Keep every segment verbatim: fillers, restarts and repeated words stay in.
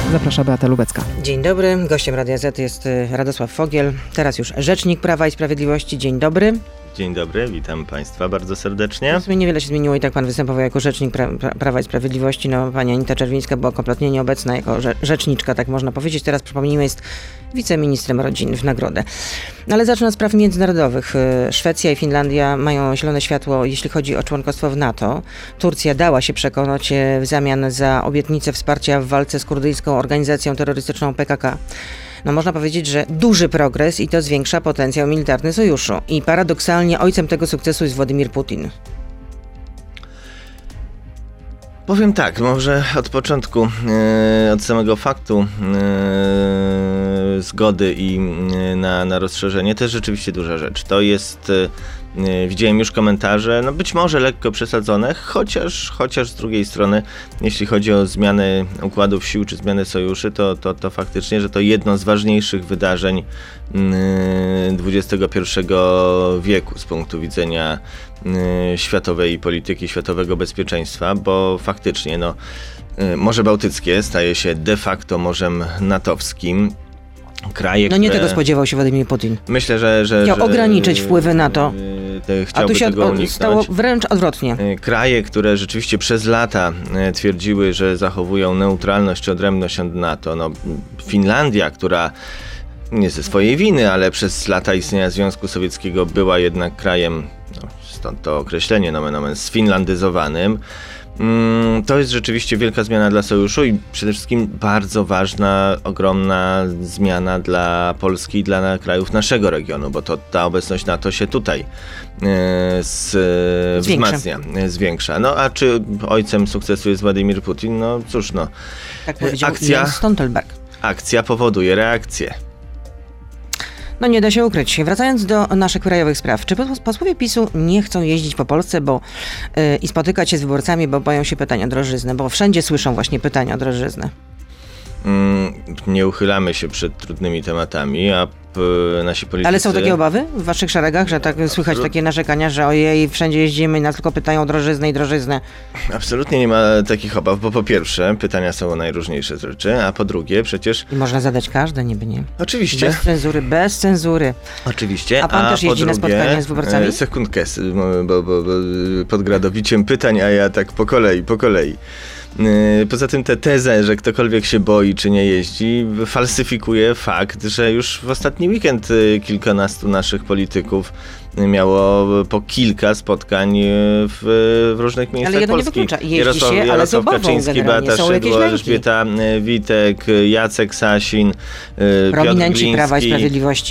Zaprasza Beata Lubecka. Dzień dobry, gościem Radia Z jest Radosław Fogiel, teraz już rzecznik Prawa i Sprawiedliwości. Dzień dobry. Dzień dobry, witam Państwa bardzo serdecznie. W sumie niewiele się zmieniło i tak pan występował jako rzecznik pra- pra- Prawa i Sprawiedliwości. No, pani Anita Czerwińska była kompletnie nieobecna jako rze- rzeczniczka, tak można powiedzieć. Teraz, przypomnijmy, jest wiceministrem rodziny w nagrodę. Ale zacznę od spraw międzynarodowych. Szwecja i Finlandia mają zielone światło, jeśli chodzi o członkostwo w NATO. Turcja dała się przekonać w zamian za obietnicę wsparcia w walce z kurdyjską organizacją terrorystyczną P K K. No można powiedzieć, że duży progres i to zwiększa potencjał militarny sojuszu. I paradoksalnie ojcem tego sukcesu jest Władimir Putin. Powiem tak, może od początku, e, od samego faktu e, zgody i e, na, na rozszerzenie, to jest rzeczywiście duża rzecz. To jest, e, widziałem już komentarze, no być może lekko przesadzone, chociaż, chociaż z drugiej strony, jeśli chodzi o zmianę układów sił czy zmianę sojuszy, to, to, to faktycznie, że to jedno z ważniejszych wydarzeń e, dwudziestego pierwszego wieku z punktu widzenia e, światowej polityki, światowego bezpieczeństwa, bo faktycznie no, Morze Bałtyckie staje się de facto morzem natowskim. Kraje, no nie które... tego spodziewał się Władimir Putin. Myślę, że... że Chciał że, ograniczyć wpływy NATO, te, a tu się tego od, uniknąć. stało wręcz odwrotnie. Kraje, które rzeczywiście przez lata twierdziły, że zachowują neutralność, odrębność od NATO. No, Finlandia, która nie ze swojej winy, ale przez lata istnienia Związku Sowieckiego była jednak krajem, no, stąd to określenie nomen omen, sfinlandyzowanym. To jest rzeczywiście wielka zmiana dla sojuszu i przede wszystkim bardzo ważna, ogromna zmiana dla Polski i dla krajów naszego regionu, bo to ta obecność NATO się tutaj z, wzmacnia, zwiększa. No a czy ojcem sukcesu jest Władimir Putin? No cóż, no. Tak powiedział akcja, Jens Stoltenberg. Akcja powoduje reakcję. No nie da się ukryć. Wracając do naszych krajowych spraw. Czy posłowie PiSu nie chcą jeździć po Polsce bo, yy, i spotykać się z wyborcami, bo boją się pytań o drożyznę? Bo wszędzie słyszą właśnie pytania o drożyznę. Mm, nie uchylamy się przed trudnymi tematami, a p, nasi politycy... Ale są takie obawy w waszych szeregach, że tak słychać takie narzekania, że ojej, wszędzie jeździmy i nas tylko pytają o drożyznę i drożyznę? Absolutnie nie ma takich obaw, bo po pierwsze pytania są o najróżniejsze rzeczy, a po drugie przecież... I można zadać każde, niby nie. Oczywiście. Bez cenzury, bez cenzury. Oczywiście. A pan a też jeździ drugie, na spotkania z wyborcami? Sekundkę, bo, bo, bo pod gradowiciem pytań, a ja tak po kolei, po kolei. Poza tym tę tezę, że ktokolwiek się boi czy nie jeździ, falsyfikuje fakt, że już w ostatni weekend kilkunastu naszych polityków miało po kilka spotkań w, w różnych miejscach ale jedno Polski. Nie wyklucza. Jeździ Jarosław, się, ale Jarosław z obawą Kaczyński, Beata są jakieś Szydło, lęki. Elżbieta Witek, Jacek Sasin, prominenci Piotr Prawa i Gliński. Sprawiedliwości.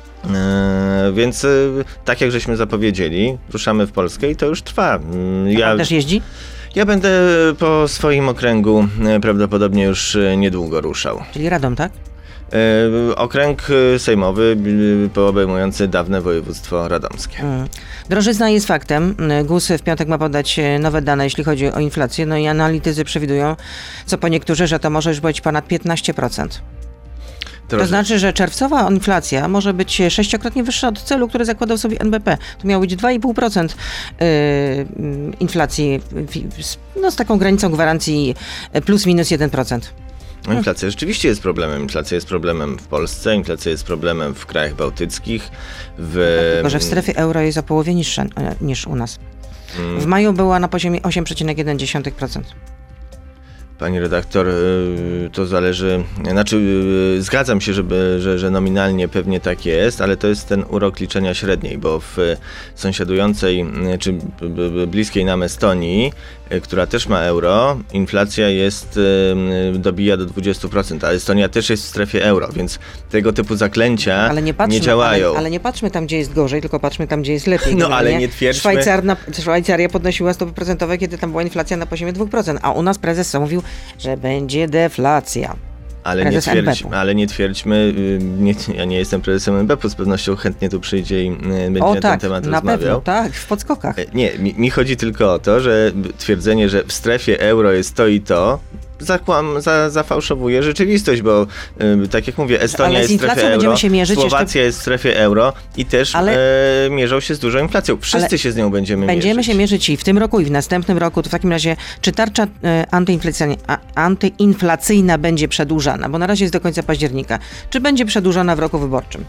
Yy, więc yy, tak jak żeśmy zapowiedzieli, ruszamy w Polskę i to już trwa. Yy, ja, pan też jeździ? Ja będę po swoim okręgu yy, prawdopodobnie już yy, niedługo ruszał. Czyli Radom, tak? Yy, okręg sejmowy yy, obejmujący dawne województwo radomskie. Hmm. Drożyzna jest faktem. G U S w piątek ma podać nowe dane, jeśli chodzi o inflację. No i analitycy przewidują, co po niektórzy, że to może już być ponad piętnaście procent. To znaczy, że czerwcowa inflacja może być sześciokrotnie wyższa od celu, który zakładał sobie N B P. To miało być dwa i pół procent yy, inflacji, no z taką granicą gwarancji plus minus jeden procent. No, inflacja rzeczywiście jest problemem. Inflacja jest problemem w Polsce, inflacja jest problemem w krajach bałtyckich. W... Tylko, że w strefie euro jest o połowie niższa niż u nas. W maju była na poziomie osiem przecinek jeden procent. Pani redaktor, to zależy, znaczy zgadzam się, żeby, że, że nominalnie pewnie tak jest, ale to jest ten urok liczenia średniej, bo w sąsiadującej czy bliskiej nam Estonii, która też ma euro, inflacja jest, dobija do dwudziestu procent, a Estonia też jest w strefie euro, więc tego typu zaklęcia ale nie, patrzmy, nie działają. Ale, ale nie patrzmy tam, gdzie jest gorzej, tylko patrzmy tam, gdzie jest lepiej. No ale nie twierdzmy... Szwajcarna, Szwajcaria podnosiła stopy procentowe, kiedy tam była inflacja na poziomie dwa procent, a u nas prezes mówił, że będzie deflacja. Ale nie, twierdźmy, ale nie twierdźmy, nie, ja nie jestem prezesem N B P u, z pewnością chętnie tu przyjdzie i będzie o, na tak, ten temat na rozmawiał. Pewno, tak, w podskokach. Nie, mi, mi chodzi tylko o to, że twierdzenie, że w strefie euro jest to i to, zakłam, za, zafałszowuje rzeczywistość, bo y, tak jak mówię, Estonia jest w strefie euro, się mierzyć Słowacja jeszcze... jest w strefie euro i też ale... e, mierzą się z dużą inflacją. Wszyscy ale się z nią będziemy, będziemy mierzyć. się mierzyć i w tym roku, i w następnym roku. To w takim razie, czy tarcza e, antyinflacyjna, a, antyinflacyjna będzie przedłużana? Bo na razie jest do końca października. Czy będzie przedłużona w roku wyborczym?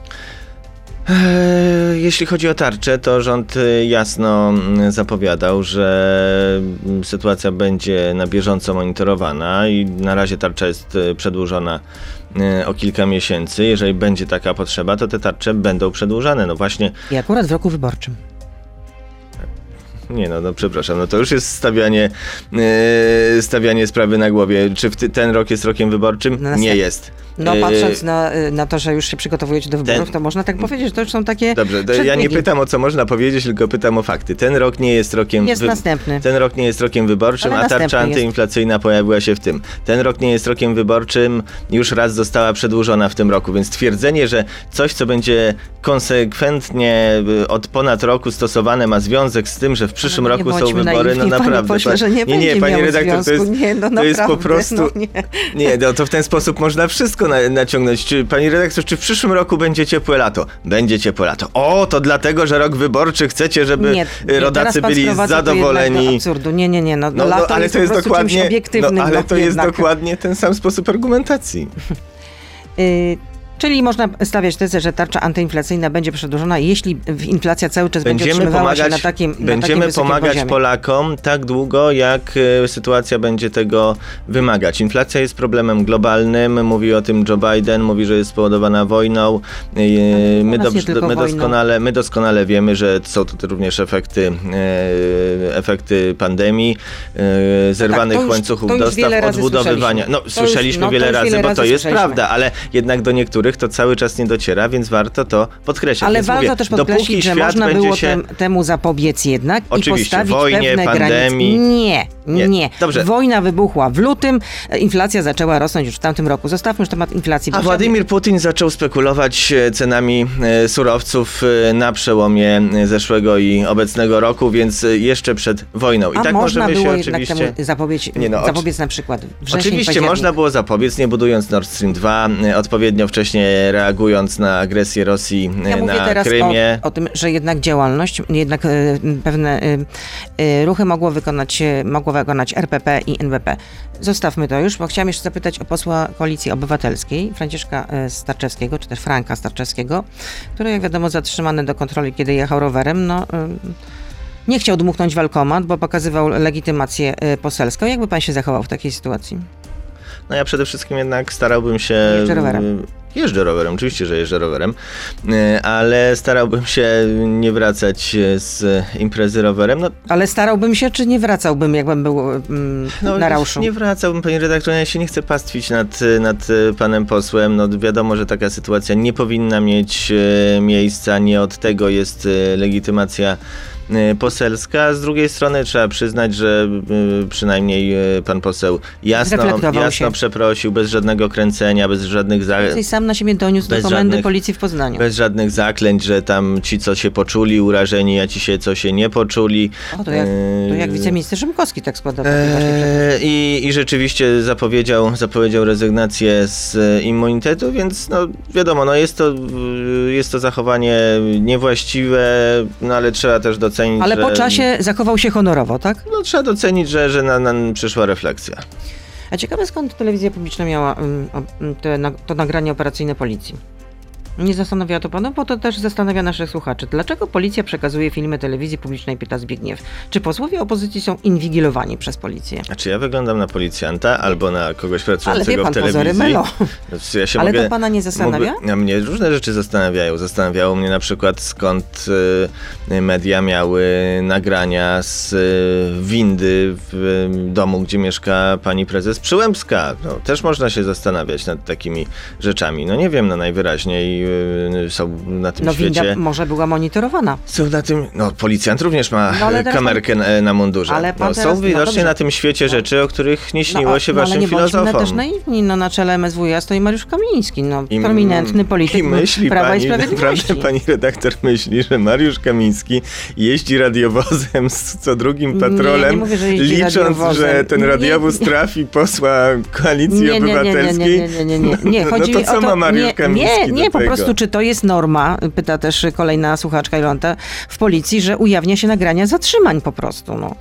Jeśli chodzi o tarczę, to rząd jasno zapowiadał, że sytuacja będzie na bieżąco monitorowana i na razie tarcza jest przedłużona o kilka miesięcy. Jeżeli będzie taka potrzeba, to te tarcze będą przedłużane. No właśnie. I akurat w roku wyborczym. Nie no, no przepraszam, no to już jest stawianie, yy, stawianie sprawy na głowie. Czy w ty, ten rok jest rokiem wyborczym? No, nie jest. No patrząc na, na to, że już się przygotowujecie do wyborów, ten... to można tak powiedzieć, że to już są takie... Dobrze, ja nie pytam o co można powiedzieć, tylko pytam o fakty. Ten rok nie jest rokiem... Jest wy... następny. Ten rok nie jest rokiem wyborczym, ale a tarcza antyinflacyjna jest. Pojawiła się w tym. Ten rok nie jest rokiem wyborczym, już raz została przedłużona w tym roku, więc twierdzenie, że coś, co będzie konsekwentnie od ponad roku stosowane, ma związek z tym, że w przyszłym roku są wybory, naiwni, no naprawdę. Pośle, że nie, nie, nie, panie redaktor, to jest, nie, no to jest po prostu... No nie, nie no, to w ten sposób można wszystko na, naciągnąć. Czy, pani redaktor, czy w przyszłym roku będzie ciepłe lato? Będzie ciepłe lato. O, to dlatego, że rok wyborczy chcecie, żeby nie, nie, rodacy byli zadowoleni. Do absurdu. Nie, nie, nie. No, no, lato no ale jest to jest dokładnie, obiektywnym. No, ale no, to jest jednak. dokładnie ten sam sposób argumentacji. y- Czyli można stawiać tezę, że tarcza antyinflacyjna będzie przedłużona, jeśli inflacja cały czas będziemy będzie utrzymywała pomagać, się na takim na Będziemy takim pomagać poziomie. Polakom tak długo, jak y, sytuacja będzie tego wymagać. Inflacja jest problemem globalnym, mówi o tym Joe Biden, mówi, że jest spowodowana wojną. Y, my, dobrze, my, doskonale, my doskonale wiemy, że są to również efekty, y, efekty pandemii, y, zerwanych no tak, łańcuchów już, dostaw, odbudowywania. No, słyszeliśmy no, wiele razy, bo to jest prawda, ale jednak do niektórych to cały czas nie dociera, więc warto to podkreślać. Ale więc warto mówię, też podkreślić, że można było się... tem, temu zapobiec jednak Oczywiście, i postawić wojnie, pewne pandemii. granice. Nie, nie. nie. Dobrze. Wojna wybuchła w lutym, inflacja zaczęła rosnąć już w tamtym roku. Zostawmy już temat inflacji. A Władimir Putin zaczął spekulować cenami surowców na przełomie zeszłego i obecnego roku, więc jeszcze przed wojną. I A tak można możemy było się jednak oczywiście... temu zapobiec, nie no, zapobiec na przykład wrzesień, Oczywiście październik. można było zapobiec, nie budując Nord Stream dwa, odpowiednio wcześnie reagując na agresję Rosji ja na mówię teraz Krymie. O, o tym, że jednak działalność, jednak e, pewne e, e, ruchy mogło wykonać, mogło wykonać R P P i N B P. Zostawmy to już, bo chciałam jeszcze zapytać o posła Koalicji Obywatelskiej, Franciszka Starczewskiego, czy też Franka Starczewskiego, który, jak wiadomo, zatrzymany do kontroli, kiedy jechał rowerem, no... E, nie chciał dmuchnąć walkomat, bo pokazywał legitymację poselską. Jakby pan się zachował w takiej sytuacji? No ja przede wszystkim jednak starałbym się... Jeżdżę rowerem. Jeżdżę rowerem, oczywiście, że jeżdżę rowerem, ale starałbym się nie wracać z imprezy rowerem. No, ale starałbym się, czy nie wracałbym, jakbym był mm, no, na rauszu? Nie wracałbym, panie redaktorze, ja się nie chcę pastwić nad, nad panem posłem. No wiadomo, że taka sytuacja nie powinna mieć miejsca, nie od tego jest legitymacja poselska. Z drugiej strony trzeba przyznać, że przynajmniej pan poseł jasno, jasno przeprosił, bez żadnego kręcenia, bez żadnych za... sam na siebie doniósł do komendy żadnych, policji w Poznaniu. Bez żadnych zaklęć, że tam ci, co się poczuli urażeni, a ci się, co się nie poczuli. O, to jak, to jak wiceminister Rzymkowski tak składa. Eee, i, I rzeczywiście zapowiedział, zapowiedział rezygnację z immunitetu, więc no wiadomo, no jest to, jest to zachowanie niewłaściwe, no ale trzeba też docenić, ale po że, czasie zachował się honorowo, tak? No trzeba docenić, że, że na, na przyszła refleksja. A ciekawe, skąd telewizja publiczna miała um, te, na, to nagranie operacyjne policji? Nie zastanawia to pana, bo to też zastanawia naszych słuchaczy. Dlaczego policja przekazuje filmy telewizji publicznej, pyta Zbigniew. Czy posłowie opozycji są inwigilowani przez policję? A czy ja wyglądam na policjanta albo na kogoś pracującego ale w telewizji? Ale Melo. Znaczy, ja się ale mogę, to pana nie zastanawia? Mógłby, a mnie różne rzeczy zastanawiają. Zastanawiało mnie na przykład, skąd y, media miały nagrania z y, windy w y, domu, gdzie mieszka pani prezes Przyłębska. No, też można się zastanawiać nad takimi rzeczami. No nie wiem, no najwyraźniej yy, są na tym no, świecie. Winda może była monitorowana. Są na tym, no policjant również ma no, kamerkę pan, na mundurze. Ale pan no, teraz, są widocznie no, na tym świecie rzeczy, o których nie śniło no, się no, waszym ale nie filozofom. bądźmy też naiwni, no na czele M S W iA stoi Mariusz Kamiński, no I, prominentny polityk i myśli Prawa pani, i Sprawiedliwości. Naprawdę pani redaktor myśli, że Mariusz Kamiński jeździ radiowozem z co drugim patrolem, nie, nie mówię, że jeździ licząc, radiowozem. że ten Nie, radiowóz nie. trafi posła Koalicji Nie, nie, nie, Obywatelskiej. nie, nie, nie, nie, nie, nie. Chodzi no to mi co o to, ma Mariusz nie, Kamiński nie, nie, do po tego? prostu czy to jest norma, pyta też kolejna słuchaczka Jolanta, w policji, że ujawnia się nagrania zatrzymań po prostu, no.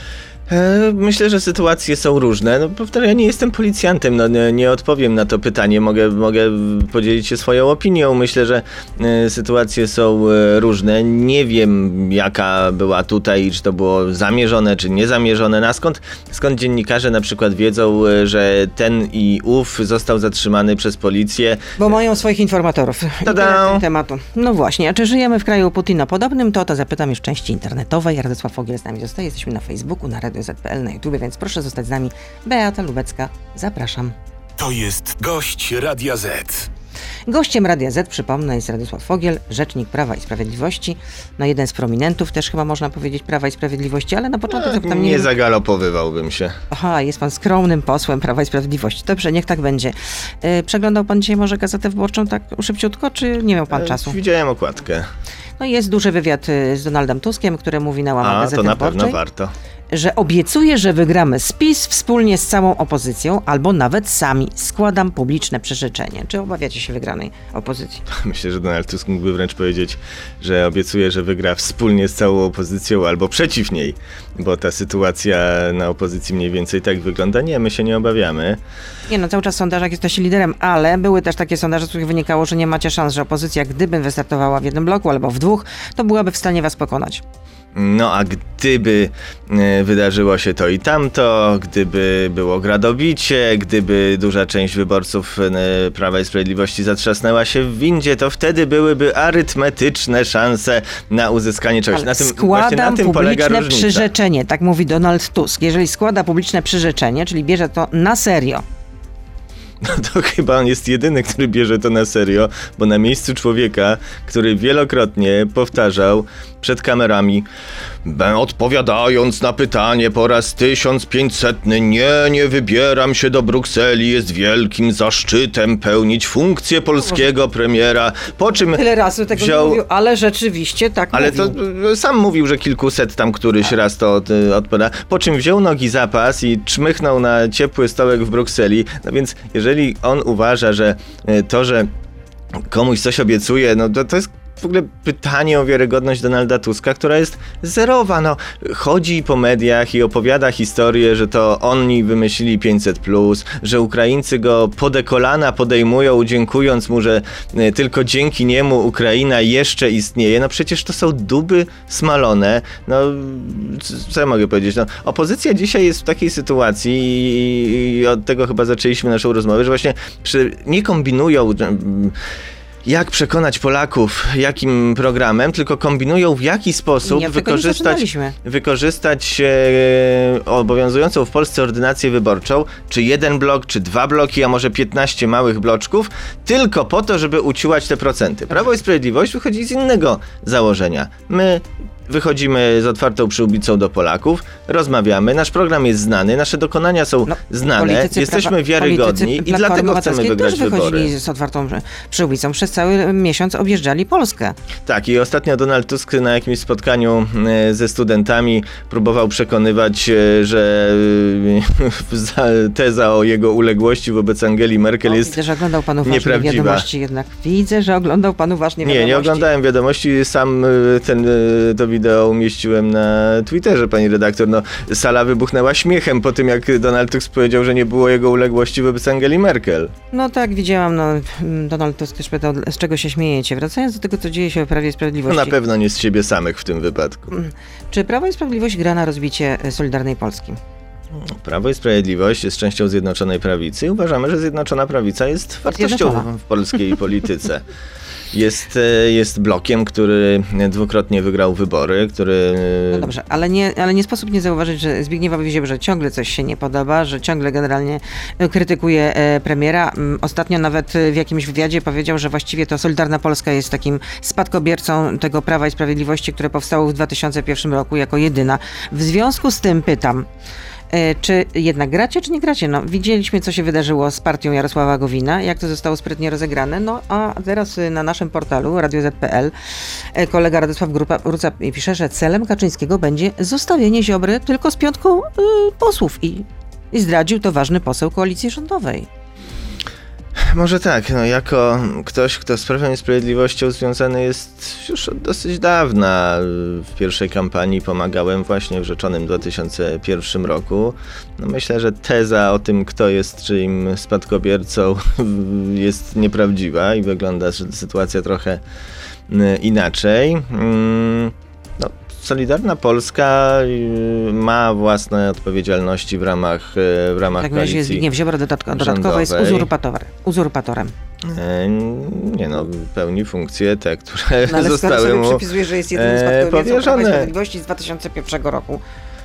Myślę, że sytuacje są różne. No, powtarzam, ja nie jestem policjantem, no, nie, nie odpowiem na to pytanie. Mogę, mogę podzielić się swoją opinią. Myślę, że y, sytuacje są y, różne. Nie wiem, jaka była tutaj, czy to było zamierzone, czy niezamierzone. Na skąd, skąd dziennikarze na przykład wiedzą, y, że ten i ów został zatrzymany przez policję? Bo mają swoich informatorów. Tada! I tematu. No właśnie, a czy żyjemy w kraju Putina podobnym? To to zapytam już w części internetowej. Radosław Fogiel z nami zostaje. Jesteśmy na Facebooku, na radio zet kropka pe el, na YouTube, więc proszę zostać z nami. Beata Lubecka, zapraszam. To jest gość Radia Z. Gościem Radia Z, przypomnę, jest Radosław Fogiel, rzecznik Prawa i Sprawiedliwości. No jeden z prominentów też chyba można powiedzieć Prawa i Sprawiedliwości, ale na początek zapytam... Nie, nie zagalopowywałbym się. Aha, jest pan skromnym posłem Prawa i Sprawiedliwości. Dobrze, niech tak będzie. Yy, przeglądał pan dzisiaj może Gazetę Wyborczą tak szybciutko, czy nie miał pan czasu? Widziałem okładkę. No jest duży wywiad z Donaldem Tuskiem, który mówi na łamach A, Gazety to na Wyborczej, pewno warto. że obiecuje, że wygramy z PiS wspólnie z całą opozycją, albo nawet sami. Składam publiczne przyrzeczenie. Czy obawiacie się wygranej opozycji? Myślę, że Donald Tusk mógłby wręcz powiedzieć, że obiecuje, że wygra wspólnie z całą opozycją albo przeciw niej, bo ta sytuacja na opozycji mniej więcej tak wygląda. Nie, my się nie obawiamy. Nie no, cały czas w sondażach jesteście liderem, ale były też takie sondaże, z których wynikało, że nie macie szans, że opozycja, gdyby wystartowała w jednym bloku albo w dwóch, to byłaby w stanie was pokonać. No a gdyby e, wydarzyło się to i tamto, gdyby było gradobicie, gdyby duża część wyborców e, Prawa i Sprawiedliwości zatrzasnęła się w windzie, to wtedy byłyby arytmetyczne szanse na uzyskanie czegoś. Ale Na tym, składam właśnie na tym polega publiczne różnica. przyrzeczenie, tak mówi Donald Tusk. Jeżeli składa publiczne przyrzeczenie, czyli bierze to na serio, No to chyba on jest jedyny, który bierze to na serio, bo na miejscu człowieka, który wielokrotnie powtarzał przed kamerami, odpowiadając na pytanie po raz tysiąc pięćsetny, nie, nie wybieram się do Brukseli, jest wielkim zaszczytem pełnić funkcję polskiego premiera, po czym tyle razy tego wziął... nie mówił, ale rzeczywiście tak Ale mówił. to sam mówił, że kilkuset tam któryś raz to y, odpada. Po czym wziął nogi za pas i czmychnął na ciepły stołek w Brukseli. No więc jeżeli on uważa, że y, to, że komuś coś obiecuje, no to, to jest w ogóle pytanie o wiarygodność Donalda Tuska, która jest zerowa. No, chodzi po mediach i opowiada historię, że to oni wymyślili pięćset plus, że Ukraińcy go pode kolana podejmują, dziękując mu, że y, tylko dzięki niemu Ukraina jeszcze istnieje. No przecież to są duby smalone. No, co ja mogę powiedzieć? No, opozycja dzisiaj jest w takiej sytuacji i, i od tego chyba zaczęliśmy naszą rozmowę, że właśnie przy, nie kombinują... jak przekonać Polaków, jakim programem, tylko kombinują w jaki sposób nie, wykorzystać, wykorzystać e, obowiązującą w Polsce ordynację wyborczą, czy jeden blok, czy dwa bloki, a może piętnaście małych bloczków, tylko po to, żeby uciułać te procenty. Prawo i Sprawiedliwość wychodzi z innego założenia. My wychodzimy z otwartą przyłbicą do Polaków, rozmawiamy, nasz program jest znany, nasze dokonania są no, znane, jesteśmy prawa, wiarygodni i dlatego chcemy wygrać też wybory. wychodzili z otwartą przyłbicą, przez cały miesiąc objeżdżali Polskę. Tak, i ostatnio Donald Tusk na jakimś spotkaniu ze studentami próbował przekonywać, że teza o jego uległości wobec Angeli Merkel o, jest widzę, że oglądał pan uważnie nieprawdziwa. Wiadomości jednak. Widzę, że oglądał pan uważnie wiadomości. Nie, nie oglądałem wiadomości, sam ten to wideo umieściłem na Twitterze, pani redaktor. No, sala wybuchnęła śmiechem po tym, jak Donald Tusk powiedział, że nie było jego uległości wobec Angeli Merkel. No tak, widziałam. No, Donald Tusk też pytał, z czego się śmiejecie. Wracając do tego, co dzieje się w Prawie i Sprawiedliwości. No na pewno nie z siebie samych w tym wypadku. Czy Prawo i Sprawiedliwość gra na rozbicie Solidarnej Polski? Prawo i Sprawiedliwość jest częścią Zjednoczonej Prawicy i uważamy, że Zjednoczona Prawica jest wartością w polskiej polityce. jest, jest blokiem, który dwukrotnie wygrał wybory, który... No dobrze, ale nie, ale nie sposób nie zauważyć, że Zbigniewowi Ziobrze ciągle coś się nie podoba, że ciągle generalnie krytykuje premiera. Ostatnio nawet w jakimś wywiadzie powiedział, że właściwie to Solidarna Polska jest takim spadkobiercą tego Prawa i Sprawiedliwości, które powstało w dwa tysiące pierwszym roku jako jedyna. W związku z tym pytam, czy jednak gracie, czy nie gracie? No, widzieliśmy, co się wydarzyło z partią Jarosława Gowina, jak to zostało sprytnie rozegrane. No, a teraz na naszym portalu radio zet kropka pe el kolega Radosław Gruca pisze, że celem Kaczyńskiego będzie zostawienie Ziobry tylko z piątką y, posłów i, i zdradził to ważny poseł koalicji rządowej. Może tak, no jako ktoś, kto z Prawem i Sprawiedliwością związany jest już od dosyć dawna. W pierwszej kampanii pomagałem właśnie w rzeczonym dwa tysiące pierwszym roku. No myślę, że teza o tym, kto jest czyim spadkobiercą jest nieprawdziwa i wygląda sytuacja trochę inaczej. No, Solidarna Polska ma własne odpowiedzialności w ramach, w ramach tak, koalicji jest Zbigniew Ziobro dodatko, dodatkowo jest uzurpator, uzurpatorem. E, nie no, pełni funkcje te, które no, ale zostały mu przypisuje, że jest jedynym spadkobiercą Prawa i Sprawiedliwości z dwa tysiące pierwszego roku.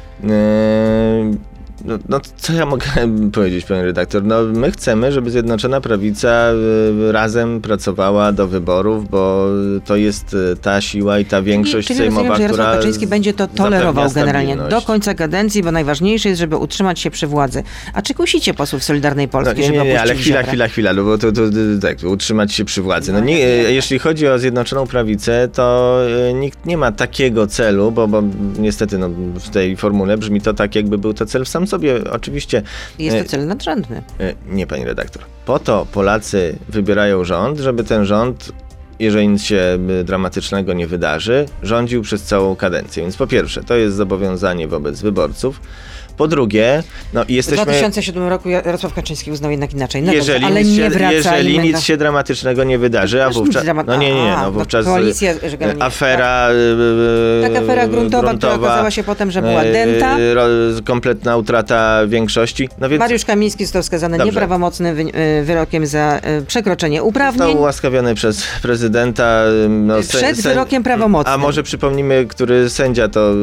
E, No, no co ja mogę powiedzieć, panie redaktor? No my chcemy, żeby Zjednoczona Prawica y, razem pracowała do wyborów, bo to jest y, ta siła i ta większość czyli, sejmowa, rozumiem, że która Jarosław Kaczyński będzie to tolerował generalnie do końca kadencji, bo najważniejsze jest, żeby utrzymać się przy władzy. A czy kusicie posłów Solidarnej Polski, no, nie, nie, nie, żeby ale chwila, Ziobrę? chwila, chwila, no bo to, to, to tak, utrzymać się przy władzy. No, nie, jeśli chodzi o Zjednoczoną Prawicę, to y, nikt nie ma takiego celu, bo, bo niestety no, w tej formule brzmi to tak, jakby był to cel w sam sobie. Oczywiście jest to cel nadrzędny. Nie, pani redaktor. Po to Polacy wybierają rząd, żeby ten rząd, jeżeli nic się dramatycznego nie wydarzy, rządził przez całą kadencję. Więc po pierwsze, to jest zobowiązanie wobec wyborców. Po drugie, no jesteśmy... W dwa tysiące siódmym roku Jarosław Kaczyński uznał jednak inaczej. No jeżeli dobrze, ale nic, nie się, jeżeli nic na... się dramatycznego nie wydarzy, a wówczas... No nie, nie, no wówczas koalicja, afera... Tak, afera gruntowa, gruntowa, która okazała się potem, że była dęta. Kompletna utrata większości. No więc... Mariusz Kamiński został skazany Dobrze. nieprawomocnym wy, wyrokiem za przekroczenie uprawnień. Został ułaskawiony przez prezydenta. No, Przed sen, wyrokiem prawomocnym. A może przypomnimy, który sędzia to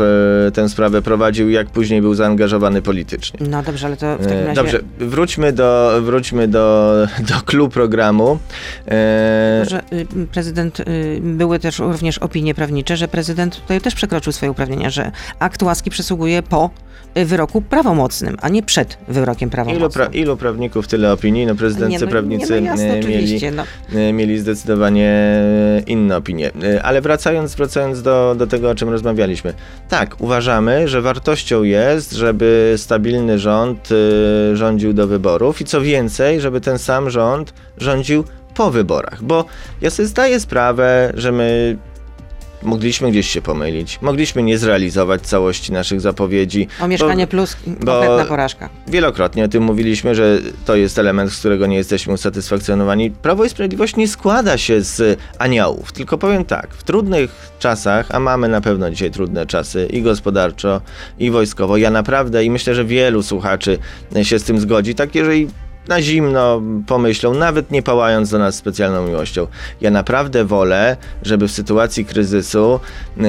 tę sprawę prowadził, jak później był zaangażowany politycznie. No dobrze, ale to w takim razie... Dobrze, wróćmy do, wróćmy do, do clou programu. E... Że prezydent, były też również opinie prawnicze, że prezydent tutaj też przekroczył swoje uprawnienia, że akt łaski przysługuje po wyroku prawomocnym, a nie przed wyrokiem prawomocnym. Ilu, pra, ilu prawników, tyle opinii? No prezydency, nie, no, prawnicy nie, no jasne, mieli, no. mieli zdecydowanie inne opinie. Ale wracając, wracając do, do tego, o czym rozmawialiśmy. Tak, uważamy, że wartością jest, żeby stabilny rząd y, rządził do wyborów i co więcej, żeby ten sam rząd rządził po wyborach. Bo ja sobie zdaję sprawę, że my mogliśmy gdzieś się pomylić, mogliśmy nie zrealizować całości naszych zapowiedzi. O Mieszkanie bo, Plus kompletna porażka. Wielokrotnie o tym mówiliśmy, że to jest element, z którego nie jesteśmy usatysfakcjonowani. Prawo i Sprawiedliwość nie składa się z aniołów, tylko powiem tak, w trudnych czasach, a mamy na pewno dzisiaj trudne czasy i gospodarczo, i wojskowo, ja naprawdę i myślę, że wielu słuchaczy się z tym zgodzi, tak jeżeli na zimno pomyślą, nawet nie pałając do nas specjalną miłością. Ja naprawdę wolę, żeby w sytuacji kryzysu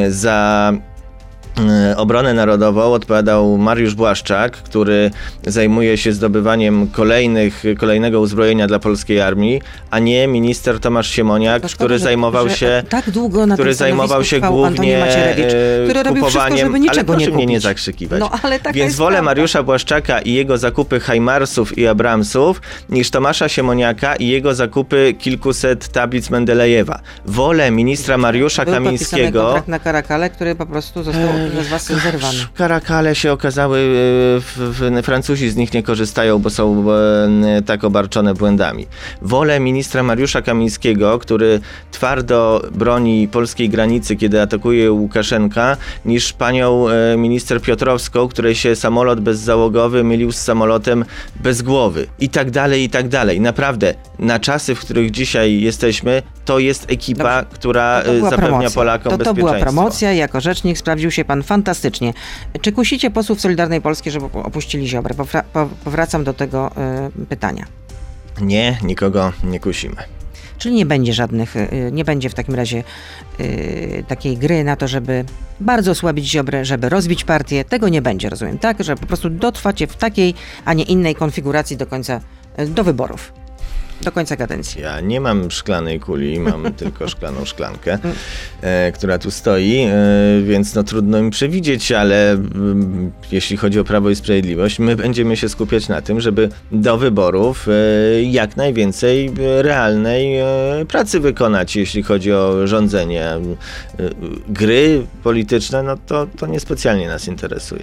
za obronę narodową odpowiadał Mariusz Błaszczak, który zajmuje się zdobywaniem kolejnych, kolejnego uzbrojenia dla polskiej armii, a nie minister Tomasz Siemoniak, szkoda, który że, zajmował że się tak długo na który zajmował się głównie który robił wszystko, żeby niczego ale proszę nie mnie nie zakrzykiwać. No, ale taka Więc jest wolę prawda. Mariusza Błaszczaka i jego zakupy Hajmarsów i Abramsów niż Tomasza Siemoniaka i jego zakupy kilkuset tablic Mendelejewa. Wolę ministra Mariusza Był Kamińskiego. kontrakt na Karakale, który po prostu został przez was zerwany. Karakale się okazały, w, w, Francuzi z nich nie korzystają, bo są e, tak obarczone błędami. Wolę ministra Mariusza Kamińskiego, który twardo broni polskiej granicy, kiedy atakuje Łukaszenka, niż panią e, minister Piotrowską, której się samolot bezzałogowy mylił z samolotem bez głowy. I tak dalej, i tak dalej. Naprawdę, na czasy, w których dzisiaj jesteśmy, to jest ekipa, Dobrze. która to to zapewnia promocja. Polakom to, to bezpieczeństwo. To była promocja. Jako rzecznik sprawdził się pan fantastycznie. Czy kusicie posłów Solidarnej Polski, żeby opuścili Ziobrę? Powra- powracam do tego y, pytania. Nie, nikogo nie kusimy. Czyli nie będzie żadnych, nie będzie w takim razie yy, takiej gry na to, żeby bardzo osłabić Ziobrę, żeby rozbić partię. Tego nie będzie, rozumiem, tak? Że po prostu dotrwacie w takiej, a nie innej konfiguracji do końca, do wyborów. Do końca kadencji. Ja nie mam szklanej kuli, mam tylko szklaną szklankę, e, która tu stoi, e, więc no trudno mi przewidzieć, ale m, jeśli chodzi o Prawo i Sprawiedliwość, my będziemy się skupiać na tym, żeby do wyborów e, jak najwięcej realnej e, pracy wykonać, jeśli chodzi o rządzenie. E, gry polityczne, no to, to niespecjalnie nas interesuje.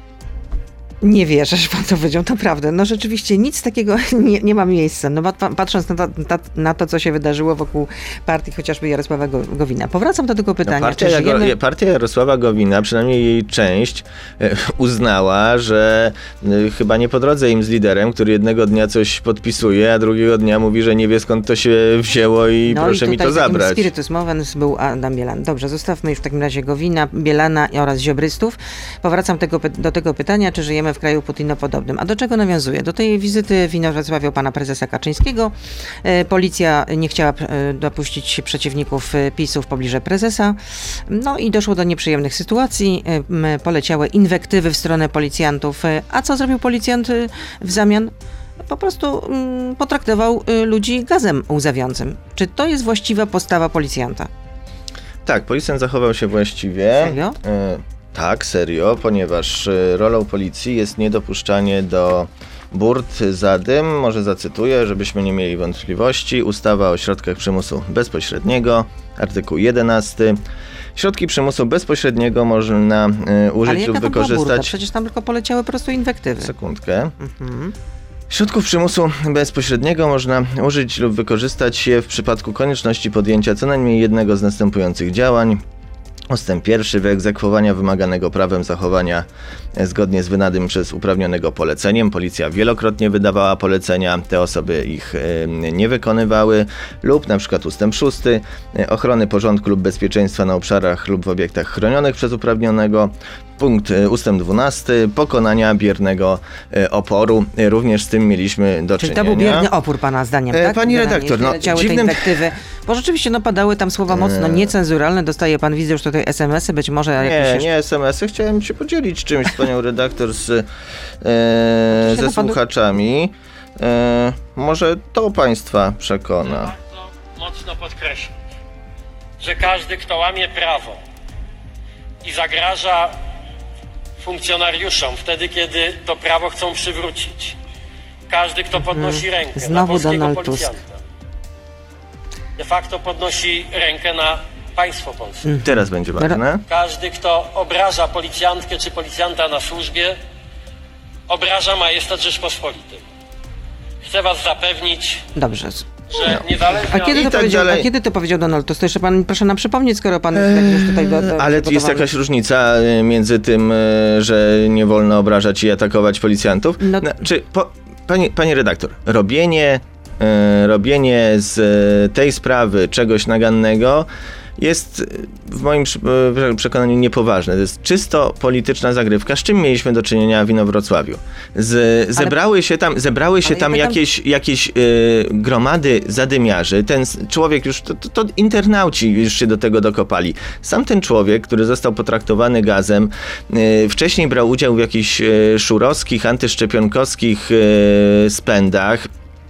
Nie wierzę, że pan to powiedział, naprawdę. No rzeczywiście nic takiego nie, nie ma miejsca. No patrząc na to, na, na to, co się wydarzyło wokół partii chociażby Jarosława Gowina. Powracam do tego pytania. No partia, czy żyjemy... Jago, partia Jarosława Gowina, przynajmniej jej część, e, uznała, że e, chyba nie po drodze im z liderem, który jednego dnia coś podpisuje, a drugiego dnia mówi, że nie wie skąd to się wzięło i no proszę i mi to zabrać. Spiritus movens był Adam Bielan. Dobrze, zostawmy już w takim razie Gowina, Bielana oraz ziobrystów. Powracam tego, do tego pytania, czy żyjemy w kraju putinopodobnym. A do czego nawiązuje? Do tej wizyty w Inowrocławiu pana prezesa Kaczyńskiego. E, policja nie chciała e, dopuścić przeciwników PiSu w pobliże prezesa. No i doszło do nieprzyjemnych sytuacji. E, poleciały inwektywy w stronę policjantów. E, a co zrobił policjant e, w zamian? Po prostu mm, potraktował y, ludzi gazem łzawiącym. Czy to jest właściwa postawa policjanta? Tak, policjant zachował się właściwie. Serio? E, tak, serio, ponieważ e, rolą policji jest niedopuszczanie do burt, zadym. Może zacytuję, żebyśmy nie mieli wątpliwości. Ustawa o środkach przymusu bezpośredniego, artykuł jedenasty. Środki przymusu bezpośredniego można e, użyć Ale jaka lub tam była wykorzystać... burda? Przecież tam tylko poleciały po prostu inwektywy. Sekundkę. Mhm. Środków przymusu bezpośredniego można użyć lub wykorzystać je w przypadku konieczności podjęcia co najmniej jednego z następujących działań. Ustęp pierwszy, wyegzekwowania wymaganego prawem zachowania zgodnie z wydanym przez uprawnionego poleceniem. Policja wielokrotnie wydawała polecenia, te osoby ich y, nie wykonywały. Lub na przykład ustęp szósty, ochrony porządku lub bezpieczeństwa na obszarach lub w obiektach chronionych przez uprawnionego. Punkt ustęp dwunasty, pokonania biernego e, oporu. E, również z tym mieliśmy do Czyli czynienia. to był bierny opór pana zdaniem, E, tak? pani Generalnie, redaktor, no, leciały dziwnym... te inwektywy, bo rzeczywiście no, padały tam słowa mocno E... niecenzuralne. Dostaje pan, widzę już tutaj es em esy, być może jakieś... Nie, jeszcze... nie es em esy. Chciałem się podzielić czymś z panią redaktor, z, e, ze panu... słuchaczami. E, może to państwa przekona. Bardzo mocno podkreślić, że każdy, kto łamie prawo i zagraża funkcjonariuszom wtedy, kiedy to prawo chcą przywrócić. Każdy, kto podnosi rękę Znowu na polskiego Donald policjanta, de facto podnosi rękę na państwo polskie. Teraz będzie ważne. Każdy, kto obraża policjantkę czy policjanta na służbie, obraża majestat Rzeczpospolitej. Chcę was zapewnić, Dobrze. że niezależnie A kiedy, to od... tak powiedział, dalej. a kiedy to powiedział Donald Tusk? To jeszcze pan, proszę nam przypomnieć, skoro pan eee, już tutaj do, do, Ale jest przygotowany. jakaś różnica między tym, że nie wolno obrażać i atakować policjantów? No... No, czy po, pani, pani redaktor, robienie, e, robienie z tej sprawy czegoś nagannego jest w moim przekonaniu niepoważne. To jest czysto polityczna zagrywka. Z czym mieliśmy do czynienia w Inowrocławiu? Z, zebrały Ale... się tam, zebrały się Ale tam ja pytam... jakieś, jakieś y, gromady zadymiarzy. Ten człowiek już, to, to, to internauci już się do tego dokopali. Sam ten człowiek, który został potraktowany gazem, y, wcześniej brał udział w jakichś y, szurowskich, antyszczepionkowskich y, spędach.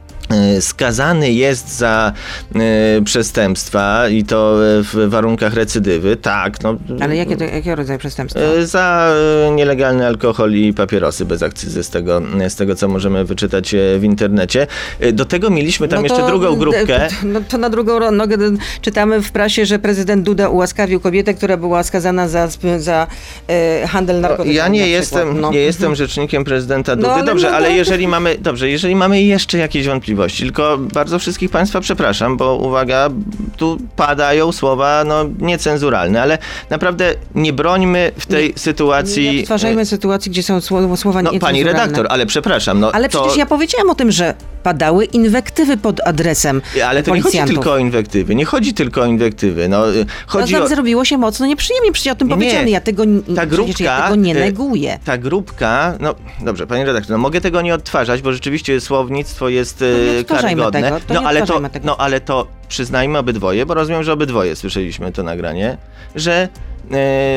Skazany jest za y, przestępstwa i to w warunkach recydywy, tak. No, Ale jakie, to, jakie rodzaj przestępstwa? Y, za y, nielegalny alkohol i papierosy bez akcyzy, z tego, z tego co możemy wyczytać w internecie. Y, do tego mieliśmy tam no jeszcze to, drugą grupkę. No to na drugą nogę czytamy w prasie, że prezydent Duda ułaskawił kobietę, która była skazana za, za y, handel narkotykami. Ja nie jestem, no. nie jestem rzecznikiem prezydenta Dudy. No, ale dobrze, no, ale to... jeżeli mamy, dobrze, jeżeli mamy jeszcze jakieś wątpliwości, tylko bardzo wszystkich państwa przepraszam, bo uwaga, tu padają słowa no, niecenzuralne, ale naprawdę nie brońmy w tej nie, sytuacji... Nie stwarzajmy sytuacji, gdzie są słowa, słowa no, niecenzuralne. Pani redaktor, ale przepraszam. No, ale to... przecież ja powiedziałam o tym, że padały inwektywy pod adresem Ale to nie chodzi tylko o inwektywy, nie chodzi tylko o inwektywy. No, chodzi no, o... zrobiło się mocno nieprzyjemnie, przecież o tym nie, powiedziałem, ja tego, ta grupka, ja tego nie neguję. Ta grupka, no dobrze, pani redaktor, no mogę tego nie odtwarzać, bo rzeczywiście słownictwo jest no, nie karygodne. Tego, to no, nie ale to, tego. no ale to przyznajmy obydwoje, bo rozumiem, że obydwoje słyszeliśmy to nagranie, że yy,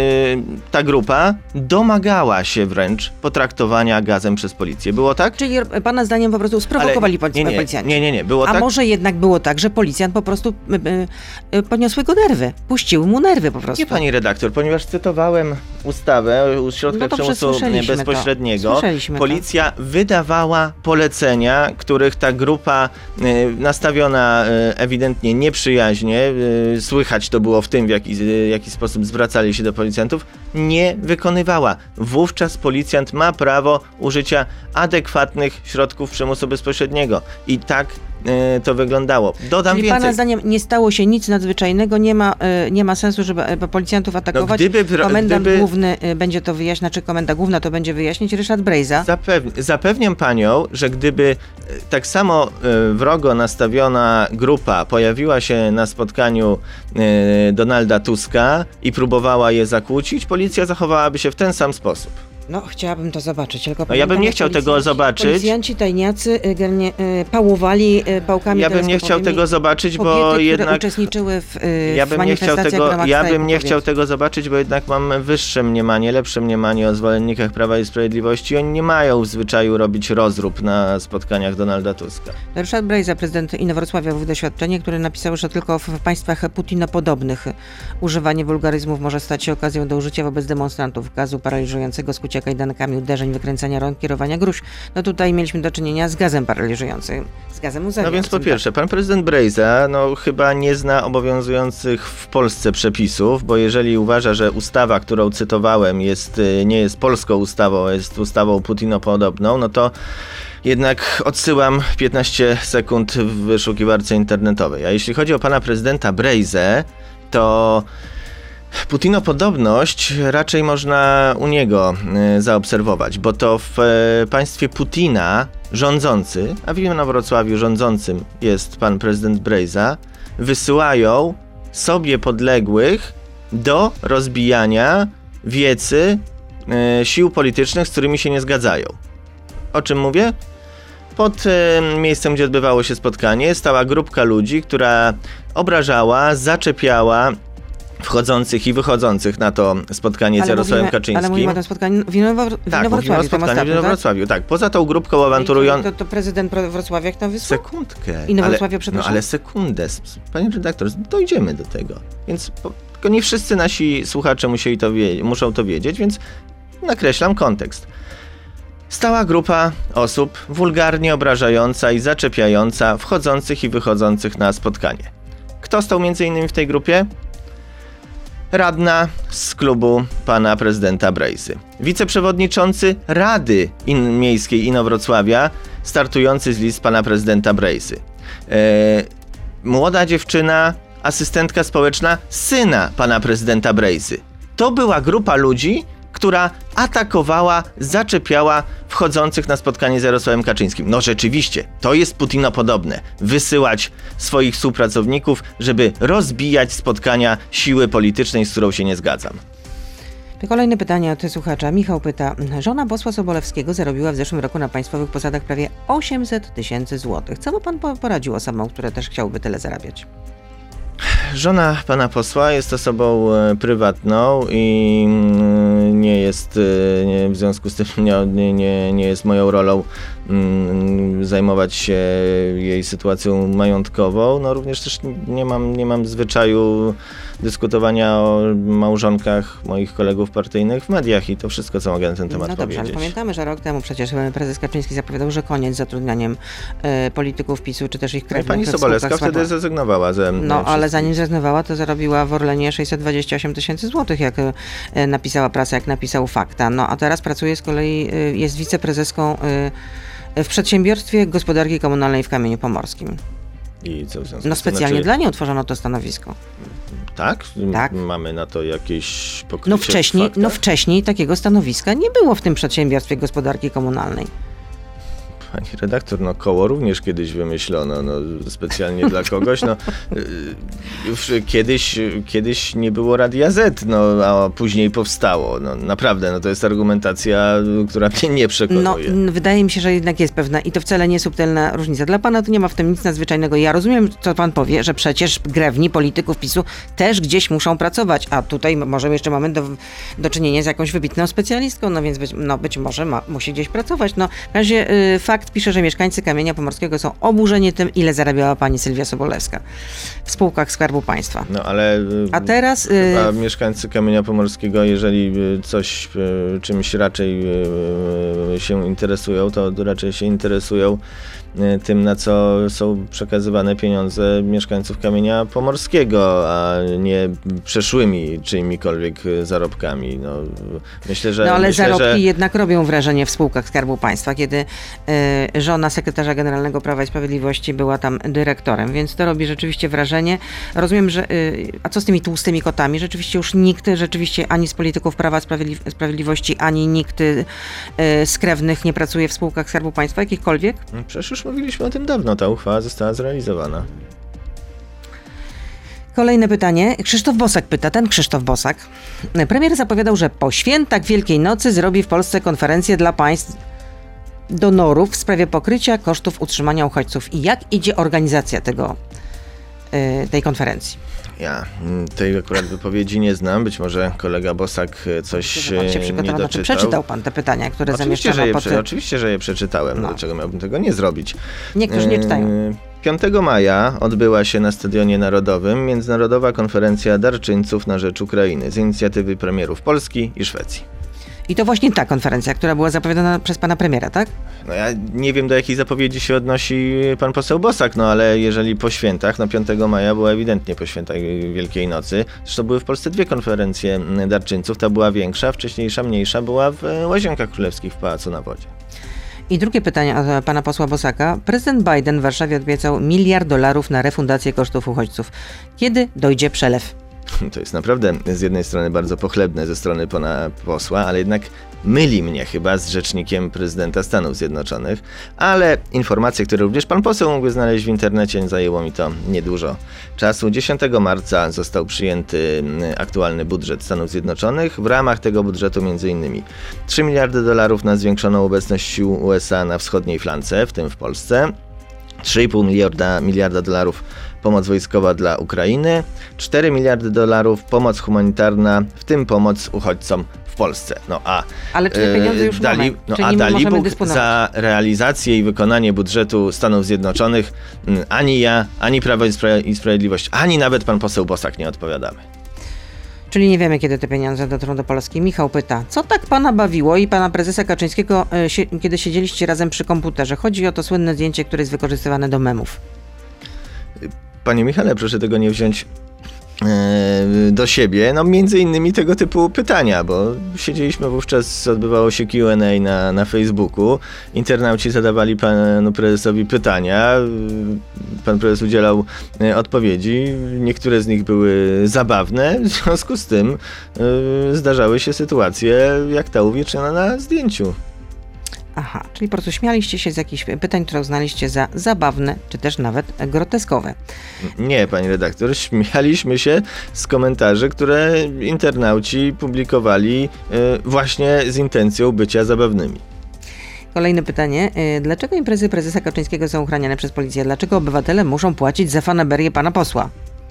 ta grupa domagała się wręcz potraktowania gazem przez policję. Było tak? Czyli pana zdaniem po prostu sprowokowali Ale, nie, nie, policjanci. Nie, nie, nie. Było A tak? może jednak było tak, że policjant po prostu y, y, podniosły go nerwy. Puściły mu nerwy po prostu. Nie, pani redaktor, ponieważ cytowałem ustawę o środkach No to przymusu bezpośredniego. To. Policja to. wydawała polecenia, których ta grupa y, nastawiona y, ewidentnie nieprzyjaźnie, y, słychać to było w tym, w jaki, y, jaki sposób zwracali się do policjantów, nie wykonywała. Wówczas policjant ma prawo użycia adekwatnych środków przymusu bezpośredniego. I tak y, to wyglądało. Dodam Czyli więcej. pana zdaniem nie stało się nic nadzwyczajnego, nie ma, y, nie ma sensu, żeby y, policjantów atakować. No, gdyby, Komendant gdyby... główny y, będzie to wyjaśniać, czy komenda główna to będzie wyjaśnić Ryszard Brejza. Zapew- zapewniam panią, że gdyby y, tak samo y, wrogo nastawiona grupa pojawiła się na spotkaniu y, Donalda Tuska i próbowała je zakłócić, policja zachowałaby się w ten sam sposób. No, chciałabym to zobaczyć. Tylko No, ja bym nie chciał tego zobaczyć. Policjanci tajniacy y, generalnie, y, pałowali y, pałkami Ja bym nie chciał tego zobaczyć, bo kobiety, jednak... które uczestniczyły w, y, Ja w bym nie chciał manifestacjach w tego, ramach ja strajku bym nie kobiet. chciał tego zobaczyć, bo jednak mam wyższe mniemanie, lepsze mniemanie o zwolennikach Prawa i Sprawiedliwości. Oni nie mają w zwyczaju robić rozrób na spotkaniach Donalda Tuska. Ryszard Brejza, prezydent Inowrocławia, w doświadczenie, który napisał, że tylko w państwach putinopodobnych używanie wulgaryzmów może stać się okazją do użycia wobec demonstrantów gazu paraliżującego, skucia kajdankami, uderzeń, wykręcania rąk, kierowania gruź. No tutaj mieliśmy do czynienia z gazem paraliżującym, z gazem łzawiącym. No więc po pierwsze, pan prezydent Brejza no chyba nie zna obowiązujących w Polsce przepisów, bo jeżeli uważa, że ustawa, którą cytowałem, jest, nie jest polską ustawą, jest ustawą putinopodobną, no to jednak odsyłam piętnaście sekund w wyszukiwarce internetowej. A jeśli chodzi o pana prezydenta Brejzę, to putinopodobność raczej można u niego y, zaobserwować, bo to w y, państwie Putina rządzący, a w Inowrocławiu rządzącym jest pan prezydent Brejza, wysyłają sobie podległych do rozbijania wiecy y, sił politycznych, z którymi się nie zgadzają. O czym mówię? Pod y, miejscem, gdzie odbywało się spotkanie, stała grupka ludzi, która obrażała, zaczepiała wchodzących i wychodzących na to spotkanie z Jarosławem Kaczyńskim. Ale mówimy o tym spotkaniu w Inowrocławiu. Tak, mówimy o spotkaniu w Inowrocławiu, tak. Poza tą grupką awanturującą... To, to prezydent Wrocławia kto wysłał? Sekundkę. Inowrocławia, ale, przepraszam? No ale sekundę. Panie redaktor, dojdziemy do tego. Więc po, tylko nie wszyscy nasi słuchacze musieli to wie, muszą to wiedzieć, więc nakreślam kontekst. Stała grupa osób wulgarnie obrażająca i zaczepiająca wchodzących i wychodzących na spotkanie. Kto stał między innymi w tej grupie? Radna z klubu pana prezydenta Brejzy. Wiceprzewodniczący Rady In- Miejskiej Inowrocławia, startujący z list pana prezydenta Brejzy. E, młoda dziewczyna, asystentka społeczna syna pana prezydenta Brejzy. To była grupa ludzi, która atakowała, zaczepiała wchodzących na spotkanie z Jarosławem Kaczyńskim. No rzeczywiście, to jest putinopodobne. Wysyłać swoich współpracowników, żeby rozbijać spotkania siły politycznej, z którą się nie zgadzam. Kolejne pytanie od słuchacza. Michał pyta. Żona posła Sobolewskiego zarobiła w zeszłym roku na państwowych posadach prawie osiemset tysięcy złotych. Co by pan poradził osobom, które też chciałyby tyle zarabiać? Żona pana posła jest osobą e, prywatną i mm, nie jest, e, nie, w związku z tym nie, nie, nie jest moją rolą mm, zajmować się jej sytuacją majątkową. No również też nie mam, nie mam zwyczaju dyskutowania o małżonkach moich kolegów partyjnych w mediach i to wszystko, co mogę na ten temat no dobrze, powiedzieć. Ale pamiętamy, że rok temu przecież prezes Kaczyński zapowiadał, że koniec z zatrudnianiem e, polityków PiSu, czy też ich krewnych. Pani Sobolewska wtedy zrezygnowała ze No, ale zanim zrezygnowała, to zarobiła w Orlenie sześćset dwadzieścia osiem tysięcy złotych, jak e, napisała prasa, jak napisał Fakta. No, a teraz pracuje z kolei, e, jest wiceprezeską e, w przedsiębiorstwie gospodarki komunalnej w Kamieniu Pomorskim. I co w związku No z tym, specjalnie znaczy... dla niej utworzono to stanowisko. Tak? Tak. Mamy na to jakieś pokrycie No wcześniej, w faktach? no wcześniej takiego stanowiska nie było w tym przedsiębiorstwie gospodarki komunalnej. Pani redaktor, no koło również kiedyś wymyślono, no specjalnie dla kogoś, no już kiedyś, kiedyś nie było Radia Z, no a później powstało, no naprawdę, no to jest argumentacja, która mnie nie przekonuje. No, wydaje mi się, że jednak jest pewna i to wcale nie subtelna różnica. Dla pana to nie ma w tym nic nadzwyczajnego. Ja rozumiem, co pan powie, że przecież krewni polityków PiSu też gdzieś muszą pracować, a tutaj może jeszcze mamy do, do czynienia z jakąś wybitną specjalistką, no więc być, no być może ma, musi gdzieś pracować. No, w razie y, fakt pisze, że mieszkańcy Kamienia Pomorskiego są oburzeni tym, ile zarabiała pani Sylwia Sobolewska w spółkach Skarbu Państwa. No ale a teraz chyba y, mieszkańcy Kamienia Pomorskiego, jeżeli coś czymś raczej się interesują, to raczej się interesują tym, na co są przekazywane pieniądze mieszkańców Kamienia Pomorskiego, a nie przeszłymi czyimikolwiek zarobkami. No, myślę, że... No ale myślę, zarobki że... jednak robią wrażenie w spółkach Skarbu Państwa, kiedy y, żona sekretarza generalnego Prawa i Sprawiedliwości była tam dyrektorem, więc to robi rzeczywiście wrażenie. Rozumiem, że... Y, a co z tymi tłustymi kotami? Rzeczywiście już nikt, rzeczywiście ani z polityków Prawa Sprawiedli- Sprawiedliwości, ani nikt y, z krewnych nie pracuje w spółkach Skarbu Państwa, jakichkolwiek? Przecież już mówiliśmy o tym dawno, ta uchwała została zrealizowana. Kolejne pytanie. Krzysztof Bosak pyta, ten Krzysztof Bosak. Premier zapowiadał, że po świętach Wielkiej Nocy zrobi w Polsce konferencję dla państw donorów w sprawie pokrycia kosztów utrzymania uchodźców. I jak idzie organizacja tego, tej konferencji? Ja tej akurat wypowiedzi nie znam, być może kolega Bosak coś pan się nie doczytał. doczytał. Przeczytał pan te pytania, które oczywiście, zamieszczano że je, po tym. Oczywiście, że je przeczytałem. No. Dlaczego miałbym tego nie zrobić? Niektórzy nie czytają. piątego maja odbyła się na Stadionie Narodowym Międzynarodowa Konferencja Darczyńców na rzecz Ukrainy z inicjatywy premierów Polski i Szwecji. I to właśnie ta konferencja, która była zapowiadana przez pana premiera, tak? No ja nie wiem, do jakiej zapowiedzi się odnosi pan poseł Bosak, no ale jeżeli po świętach, no piątego maja było ewidentnie po świętach Wielkiej Nocy, zresztą były w Polsce dwie konferencje darczyńców, ta była większa, wcześniejsza mniejsza była w Łazienkach Królewskich w Pałacu na Wodzie. I drugie pytanie od pana posła Bosaka. Prezydent Biden w Warszawie obiecał miliard dolarów na refundację kosztów uchodźców. Kiedy dojdzie przelew? To jest naprawdę z jednej strony bardzo pochlebne ze strony pana posła, ale jednak myli mnie chyba z rzecznikiem prezydenta Stanów Zjednoczonych, ale informacje, które również pan poseł mógłby znaleźć w internecie, zajęło mi to niedużo czasu. dziesiątego marca został przyjęty aktualny budżet Stanów Zjednoczonych. W ramach tego budżetu między innymi trzy miliardy dolarów na zwiększoną obecność sił U S A na wschodniej flance, w tym w Polsce, trzy i pół miliarda, miliarda dolarów pomoc wojskowa dla Ukrainy, cztery miliardy dolarów pomoc humanitarna, w tym pomoc uchodźcom w Polsce. No a ale czy te pieniądze już dali, mamy? no, Czy a nimi dali możemy Bóg dysponować? za realizację i wykonanie budżetu Stanów Zjednoczonych ani ja, ani Prawo i Sprawiedliwość, ani nawet pan poseł Bosak nie odpowiadamy. Czyli nie wiemy, kiedy te pieniądze dotrą do Polski. Michał pyta, co tak pana bawiło i pana prezesa Kaczyńskiego, kiedy siedzieliście razem przy komputerze? Chodzi o to słynne zdjęcie, które jest wykorzystywane do memów. Panie Michale, proszę tego nie wziąć do siebie, no między innymi tego typu pytania, bo siedzieliśmy wówczas, odbywało się Q and A na, na Facebooku, internauci zadawali panu prezesowi pytania, pan prezes udzielał odpowiedzi, niektóre z nich były zabawne, w związku z tym yy, zdarzały się sytuacje jak ta uwieczniona na zdjęciu. Aha, czyli po prostu śmialiście się z jakichś pytań, które uznaliście za zabawne, czy też nawet groteskowe. Nie, pani redaktor, śmialiśmy się z komentarzy, które internauci publikowali y, właśnie z intencją bycia zabawnymi. Kolejne pytanie. Dlaczego imprezy prezesa Kaczyńskiego są ochraniane przez policję? Dlaczego obywatele muszą płacić za fanaberię pana posła?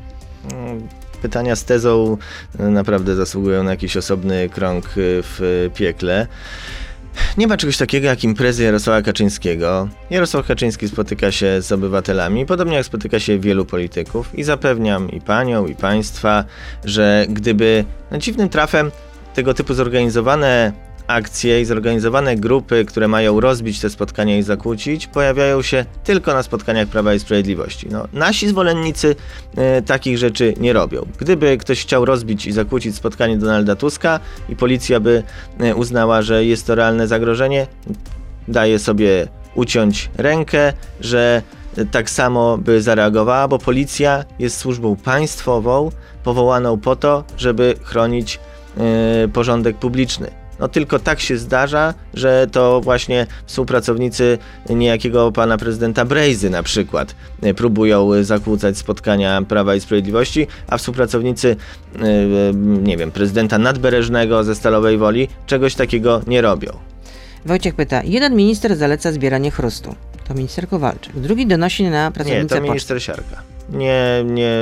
Pytania z tezą naprawdę zasługują na jakiś osobny krąg w piekle. Nie ma czegoś takiego jak imprezy Jarosława Kaczyńskiego. Jarosław Kaczyński spotyka się z obywatelami, podobnie jak spotyka się wielu polityków i zapewniam i panią, i państwa, że gdyby no, dziwnym trafem tego typu zorganizowane akcje i zorganizowane grupy, które mają rozbić te spotkania i zakłócić, pojawiają się tylko na spotkaniach Prawa i Sprawiedliwości. No, nasi zwolennicy e, takich rzeczy nie robią. Gdyby ktoś chciał rozbić i zakłócić spotkanie Donalda Tuska i policja by e, uznała, że jest to realne zagrożenie, daje sobie uciąć rękę, że e, tak samo by zareagowała, bo policja jest służbą państwową, powołaną po to, żeby chronić e, porządek publiczny. No tylko tak się zdarza, że to właśnie współpracownicy niejakiego pana prezydenta Brejzy na przykład próbują zakłócać spotkania Prawa i Sprawiedliwości, a współpracownicy, nie wiem, prezydenta Nadbereżnego ze Stalowej Woli czegoś takiego nie robią. Wojciech pyta, jeden minister zaleca zbieranie chrustu. To minister Kowalczyk. Drugi donosi na pracownicę Nie, to minister poczty. Siarka. Nie, nie,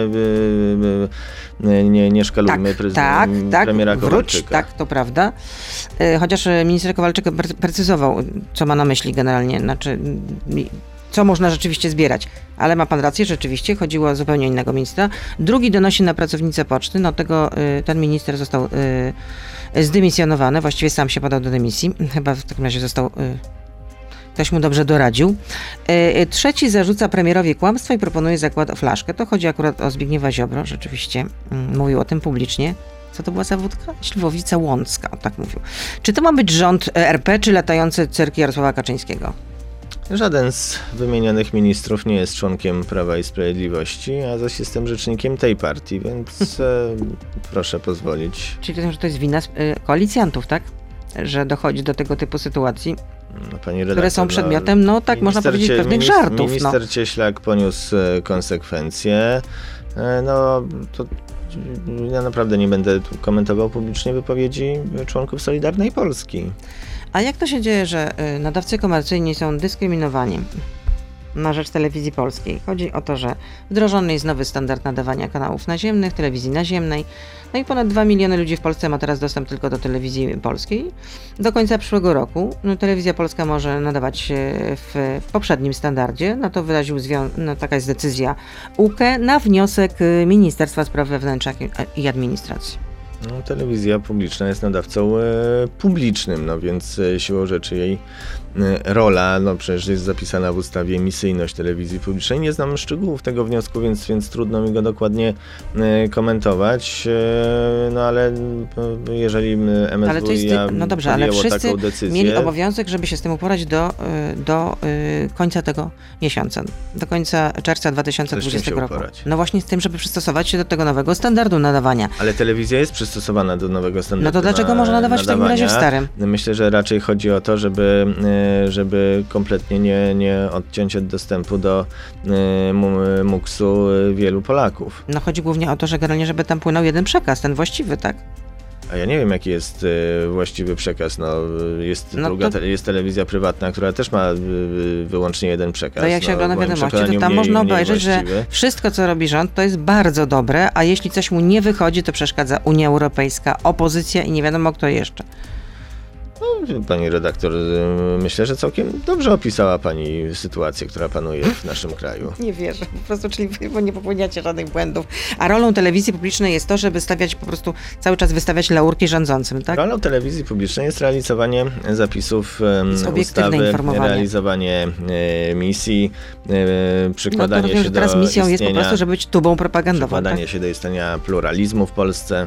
nie, nie, nie szkalujmy tak, tak, tak, premiera wróć, Kowalczyka. Tak, to prawda. Chociaż minister Kowalczyk precyzował, co ma na myśli generalnie, znaczy co można rzeczywiście zbierać. Ale ma pan rację, rzeczywiście chodziło o zupełnie innego ministra. Drugi donosi na pracownicę poczty, no tego ten minister został zdymisjonowany, właściwie sam się podał do dymisji. Chyba w takim razie został... Ktoś mu dobrze doradził. Trzeci zarzuca premierowi kłamstwo i proponuje zakład o flaszkę. To chodzi akurat o Zbigniewa Ziobro, rzeczywiście. Mówił o tym publicznie. Co to była za wódka? Śliwowica Łącka, tak mówił. Czy to ma być rząd R P, czy latający cyrki Jarosława Kaczyńskiego? Żaden z wymienionych ministrów nie jest członkiem Prawa i Sprawiedliwości, a zaś jestem rzecznikiem tej partii, więc e, proszę pozwolić. Czyli to, że to jest wina koalicjantów, tak? Że dochodzi do tego typu sytuacji, no, pani redaktor, które są przedmiotem, no tak można powiedzieć, cie, pewnych minister, żartów. Minister no. Cieślak poniósł konsekwencje. No to ja naprawdę nie będę komentował publicznie wypowiedzi członków Solidarnej Polski. A jak to się dzieje, że nadawcy komercyjni są dyskryminowani na rzecz telewizji polskiej? Chodzi o to, że wdrożony jest nowy standard nadawania kanałów naziemnych, telewizji naziemnej. No i ponad dwa miliony ludzi w Polsce ma teraz dostęp tylko do telewizji polskiej. Do końca przyszłego roku no, telewizja polska może nadawać w, w poprzednim standardzie. No to wyraził zwią- no, taka jest decyzja U K E na wniosek Ministerstwa Spraw Wewnętrznych i Administracji. No, telewizja publiczna jest nadawcą e, publicznym, no więc e, siłą rzeczy jej e, rola, no przecież jest zapisana w ustawie misyjność telewizji publicznej. Nie znam szczegółów tego wniosku, więc, więc trudno mi go dokładnie e, komentować, e, no ale e, jeżeli M S W ale to jest, no dobrze, ale wszyscy taką decyzję, mieli obowiązek, żeby się z tym uporać do, do y, końca tego miesiąca, do końca czerwca dwa tysiące dwudziestego roku. Uporać. No właśnie z tym, żeby przystosować się do tego nowego standardu nadawania. Ale telewizja jest przystosowana stosowana do nowego standardu. No to dlaczego na, można nadawać nadawania. w takim razie w starym? Myślę, że raczej chodzi o to, żeby, żeby kompletnie nie, nie odciąć od dostępu do muksu wielu Polaków. No chodzi głównie o to, że generalnie, żeby tam płynął jeden przekaz, ten właściwy, tak? A ja nie wiem, jaki jest y, właściwy przekaz. No, jest, no druga to... te, jest telewizja prywatna, która też ma y, wyłącznie jeden przekaz. To jak się no, ogląda wiadomości, to tam mniej, można mniej obejrzeć, właściwy. że wszystko, co robi rząd, to jest bardzo dobre, a jeśli coś mu nie wychodzi, to przeszkadza Unia Europejska, opozycja i nie wiadomo kto jeszcze. No, pani redaktor, myślę, że całkiem dobrze opisała pani sytuację, która panuje w naszym kraju. Nie wierzę, po prostu, czyli wy nie popełniacie żadnych błędów. A rolą telewizji publicznej jest to, żeby stawiać po prostu cały czas wystawiać laurki rządzącym, tak? Rolą telewizji publicznej jest realizowanie zapisów um, ustawy, realizowanie e, misji, e, przykładanie no to się teraz do misją istnienia, jest po prostu, żeby być tubą propagandową. Przykładanie tak? się do istnienia pluralizmu w Polsce.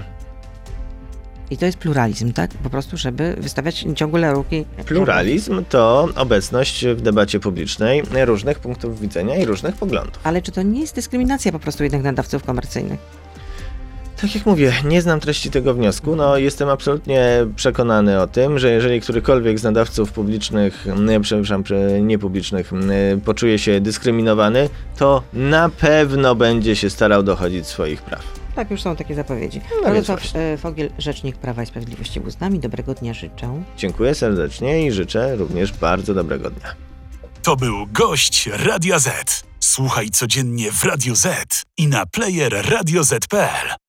I to jest pluralizm, tak? Po prostu, żeby wystawiać ciągle laurki. Pluralizm to obecność w debacie publicznej różnych punktów widzenia i różnych poglądów. Ale czy to nie jest dyskryminacja po prostu jednych nadawców komercyjnych? Tak jak mówię, nie znam treści tego wniosku. No, jestem absolutnie przekonany o tym, że jeżeli którykolwiek z nadawców publicznych, nie, przepraszam, niepublicznych poczuje się dyskryminowany, to na pewno będzie się starał dochodzić swoich praw. Tak, już są takie zapowiedzi. No Radosław Fogiel, rzecznik Prawa i Sprawiedliwości, był z nami. Dobrego dnia życzę. Dziękuję serdecznie i życzę również bardzo dobrego dnia. To był gość Radia Z. Słuchaj codziennie w Radio Z i na player radio zet kropka pe el.